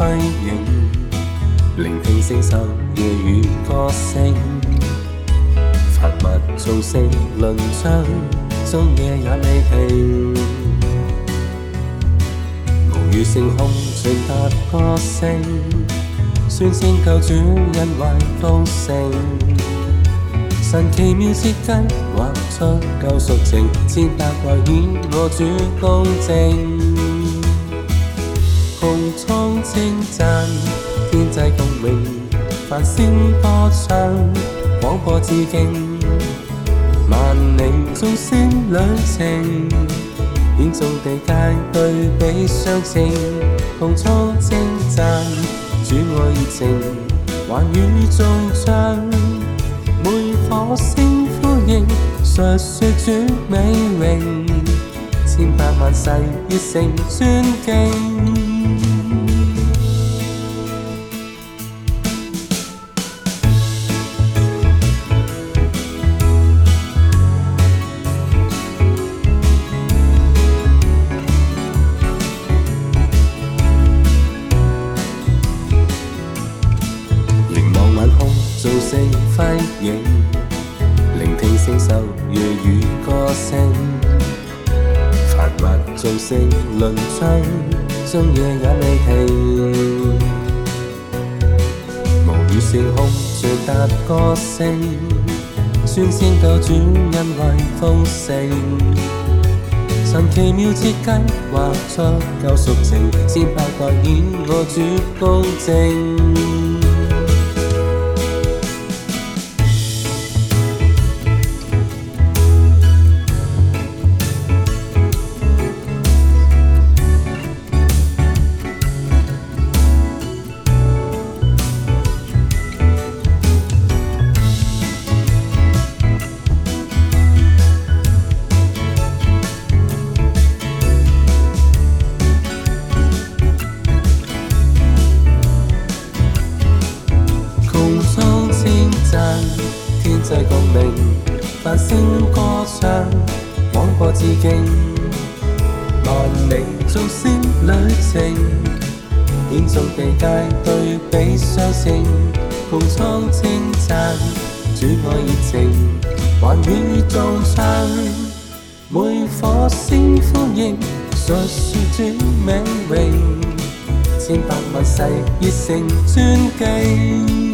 輝映，聆聽聖獸夜雨歌聲，凡物眾聲論唱，終夜也未停。無語聲空傳達歌聲，宣稱救主恩惠豐盛。神奇妙設計畫出救贖情，千百為顯我主公正。穹蒼稱讚，天際共鳴，繁星歌唱，廣播致敬。萬里眾星旅程，顯眾地界對比相稱。穹蒼稱讚，主愛熱情，寰宇眾唱。每顆星呼應，述說主美榮，千百萬世熱誠尊敬。眾星輝映，聆聽聖獸夜雨歌聲，凡物眾聲論唱，終夜也未停。無語聲空傳達歌聲，宣稱救主恩惠豐盛。神奇妙設計畫出救贖情，千百代顯我主公正。天際共鳴，繁星歌唱，廣播致敬。萬里眾星旅程，顯眾地界對比相稱。穹蒼稱讚，主愛熱情，寰宇眾唱。每顆星呼應，述說主美榮，千百萬世熱誠尊敬。